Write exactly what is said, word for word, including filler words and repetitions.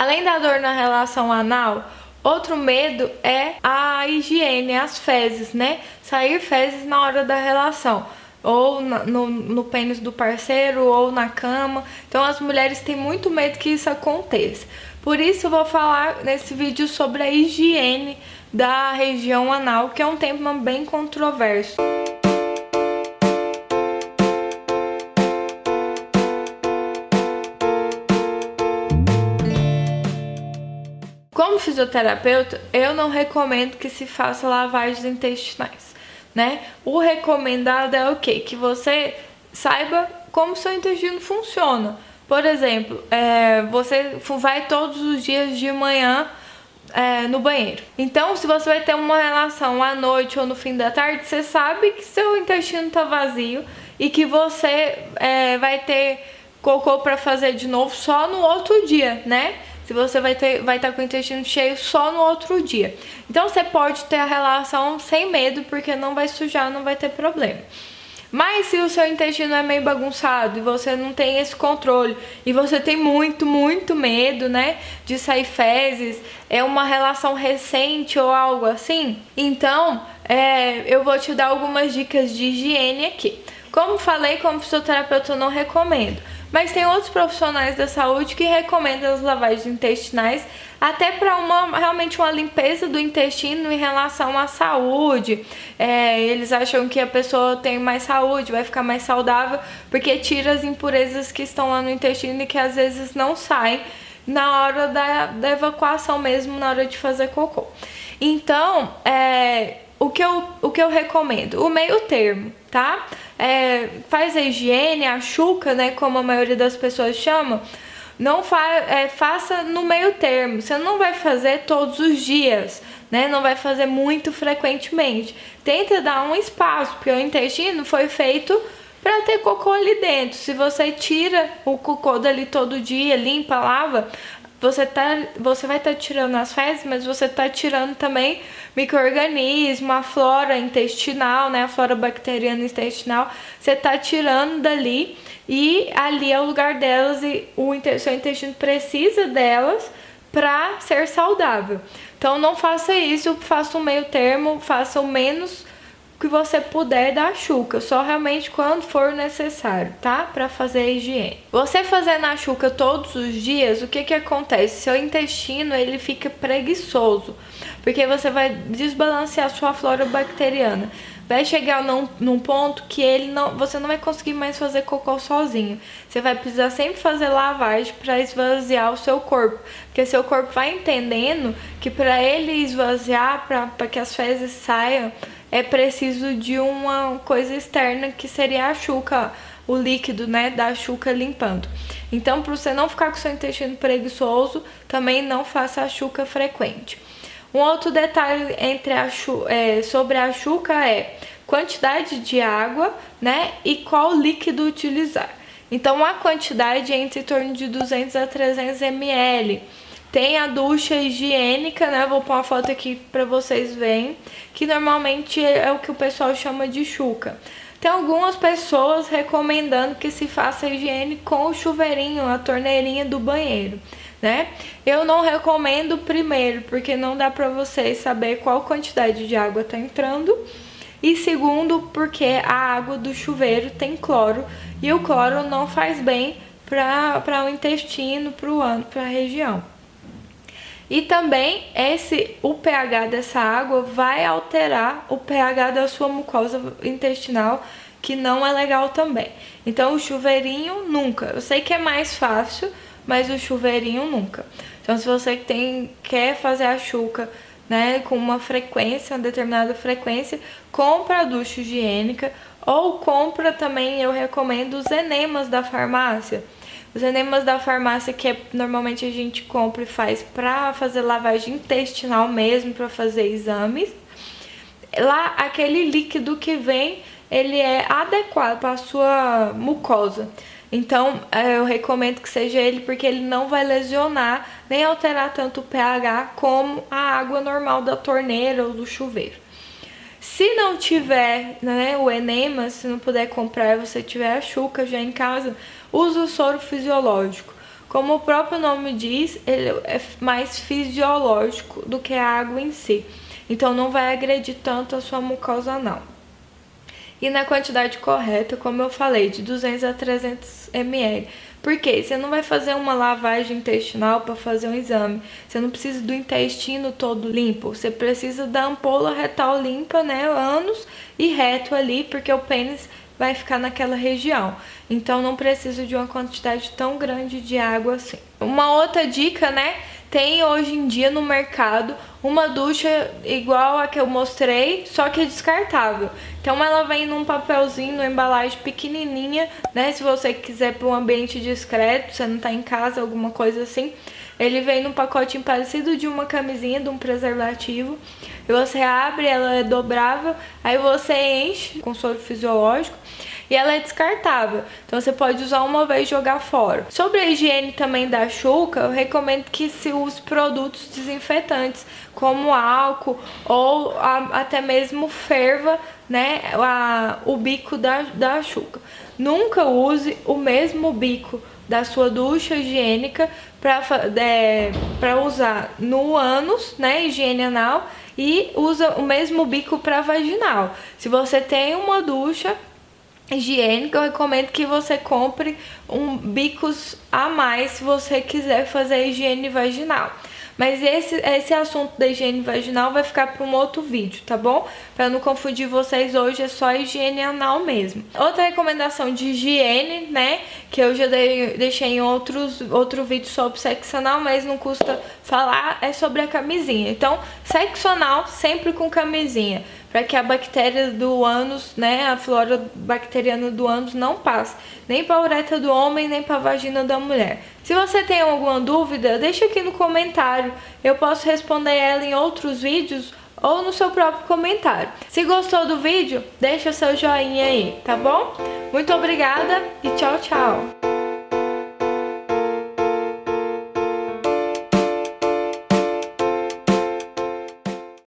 Além da dor na relação anal, outro medo é a higiene, as fezes, né? Sair fezes na hora da relação, ou no, no pênis do parceiro, ou na cama. Então as mulheres têm muito medo que isso aconteça. Por isso eu vou falar nesse vídeo sobre a higiene da região anal, que é um tema bem controverso. Como fisioterapeuta, eu não recomendo que se faça lavagens intestinais, né? O recomendado é o quê? Que você saiba como seu intestino funciona. Por exemplo, é, você vai todos os dias de manhã é, no banheiro. Então, se você vai ter uma relação à noite ou no fim da tarde, você sabe que seu intestino tá vazio e que você é, vai ter cocô para fazer de novo só no outro dia, né? Se você vai ter, vai estar com o intestino cheio só no outro dia. Então você pode ter a relação sem medo, porque não vai sujar, não vai ter problema. Mas se o seu intestino é meio bagunçado e você não tem esse controle, e você tem muito, muito medo, né, de sair fezes, é uma relação recente ou algo assim, então é, eu vou te dar algumas dicas de higiene aqui. Como falei, como fisioterapeuta eu não recomendo. Mas tem outros profissionais da saúde que recomendam as lavagens intestinais até para uma, realmente uma limpeza do intestino em relação à saúde. É, eles acham que a pessoa tem mais saúde, vai ficar mais saudável, porque tira as impurezas que estão lá no intestino e que às vezes não saem na hora da, da evacuação mesmo, na hora de fazer cocô. Então, é, o, que eu, o que eu recomendo? O meio termo, tá? É, faz a higiene, a chuca, né, como a maioria das pessoas chama, não fa é, faça no meio termo. Você não vai fazer todos os dias, né, não vai fazer muito frequentemente. Tenta dar um espaço, porque o intestino foi feito para ter cocô ali dentro. Se você tira o cocô dali todo dia, limpa, lava, Você, tá, você vai estar tá tirando as fezes, mas você está tirando também micro-organismo, a flora intestinal, né? A flora bacteriana intestinal. Você está tirando dali e ali é o lugar delas e o seu intestino precisa delas para ser saudável. Então não faça isso, faça um meio termo, faça o menos que você puder da chuca, só realmente quando for necessário, tá? Para fazer a higiene. Você fazendo a chuca todos os dias, o que que acontece? Seu intestino, ele fica preguiçoso, porque você vai desbalancear a sua flora bacteriana. Vai chegar num, num ponto que ele não, você não vai conseguir mais fazer cocô sozinho. Você vai precisar sempre fazer lavagem para esvaziar o seu corpo, porque seu corpo vai entendendo que para ele esvaziar, para que as fezes saiam, é preciso de uma coisa externa, que seria a chuca, o líquido, né, da chuca limpando. Então, para você não ficar com seu intestino preguiçoso, também não faça a chuca frequente. Um outro detalhe entre a chu é, sobre a chuca é quantidade de água, né, e qual líquido utilizar. Então, a quantidade é entre torno de duzentos a trezentos mililitros. Tem a ducha higiênica, né? Vou pôr uma foto aqui para vocês verem, que normalmente é o que o pessoal chama de chuca. Tem algumas pessoas recomendando que se faça a higiene com o chuveirinho, a torneirinha do banheiro, né? Eu não recomendo primeiro, porque não dá para vocês saber qual quantidade de água tá entrando. E segundo, porque a água do chuveiro tem cloro e o cloro não faz bem para o intestino, para o ânus, para a região. E também esse, o pH dessa água vai alterar o pH da sua mucosa intestinal, que não é legal também. Então o chuveirinho nunca. Eu sei que é mais fácil, mas o chuveirinho nunca. Então se você tem, quer fazer a chuca, né, com uma frequência, uma determinada frequência, compra a ducha higiênica, ou compra também, eu recomendo, os enemas da farmácia. Os enemas da farmácia, que é, normalmente a gente compra e faz para fazer lavagem intestinal mesmo, para fazer exames. Lá, aquele líquido que vem, ele é adequado para a sua mucosa. Então, eu recomendo que seja ele, porque ele não vai lesionar, nem alterar tanto o pH como a água normal da torneira ou do chuveiro. Se não tiver, né, o enema, se não puder comprar e você tiver a chuca já em casa, use o soro fisiológico. como o próprio nome diz, ele é mais fisiológico do que a água em si. Então não vai agredir tanto a sua mucosa não. E na quantidade correta, como eu falei, de duzentos a trezentos mililitros. Por quê? Você não vai fazer uma lavagem intestinal para fazer um exame. Você não precisa do intestino todo limpo. Você precisa da ampola retal limpa, né? Ânus e reto ali, porque o pênis vai ficar naquela região. Então não precisa de uma quantidade tão grande de água assim. Uma outra dica, né? Tem hoje em dia no mercado uma ducha igual a que eu mostrei, só que é descartável. Então ela vem num papelzinho, numa embalagem pequenininha, né? Se você quiser para um ambiente discreto, você não tá em casa, alguma coisa assim. Ele vem num pacotinho parecido de uma camisinha, de um preservativo. E você abre, ela é dobrável, aí você enche com soro fisiológico. E ela é descartável, então você pode usar uma vez e jogar fora. Sobre a higiene também da chuca, eu recomendo que se use produtos desinfetantes, como álcool ou a, até mesmo ferva, né, a, o bico da, da chuca. Nunca use o mesmo bico da sua ducha higiênica para é, para usar no ânus, né, higiene anal, e usa o mesmo bico para vaginal. Se você tem uma ducha higiênica, eu recomendo que você compre um bicos a mais se você quiser fazer a higiene vaginal. Mas esse, esse assunto da higiene vaginal vai ficar para um outro vídeo, tá bom? Para não confundir vocês, hoje é só higiene anal mesmo. Outra recomendação de higiene, né, que eu já dei, deixei em outros, outro vídeo sobre sexo anal, mas não custa falar, é sobre a camisinha. Então, sexo anal sempre com camisinha, para que a bactéria do ânus, né, a flora bacteriana do ânus não passe nem para a uretra do homem, nem para a vagina da mulher. Se você tem alguma dúvida, deixa aqui no comentário. Eu posso responder ela em outros vídeos ou no seu próprio comentário. Se gostou do vídeo, deixa seu joinha aí, tá bom? Muito obrigada e tchau, tchau!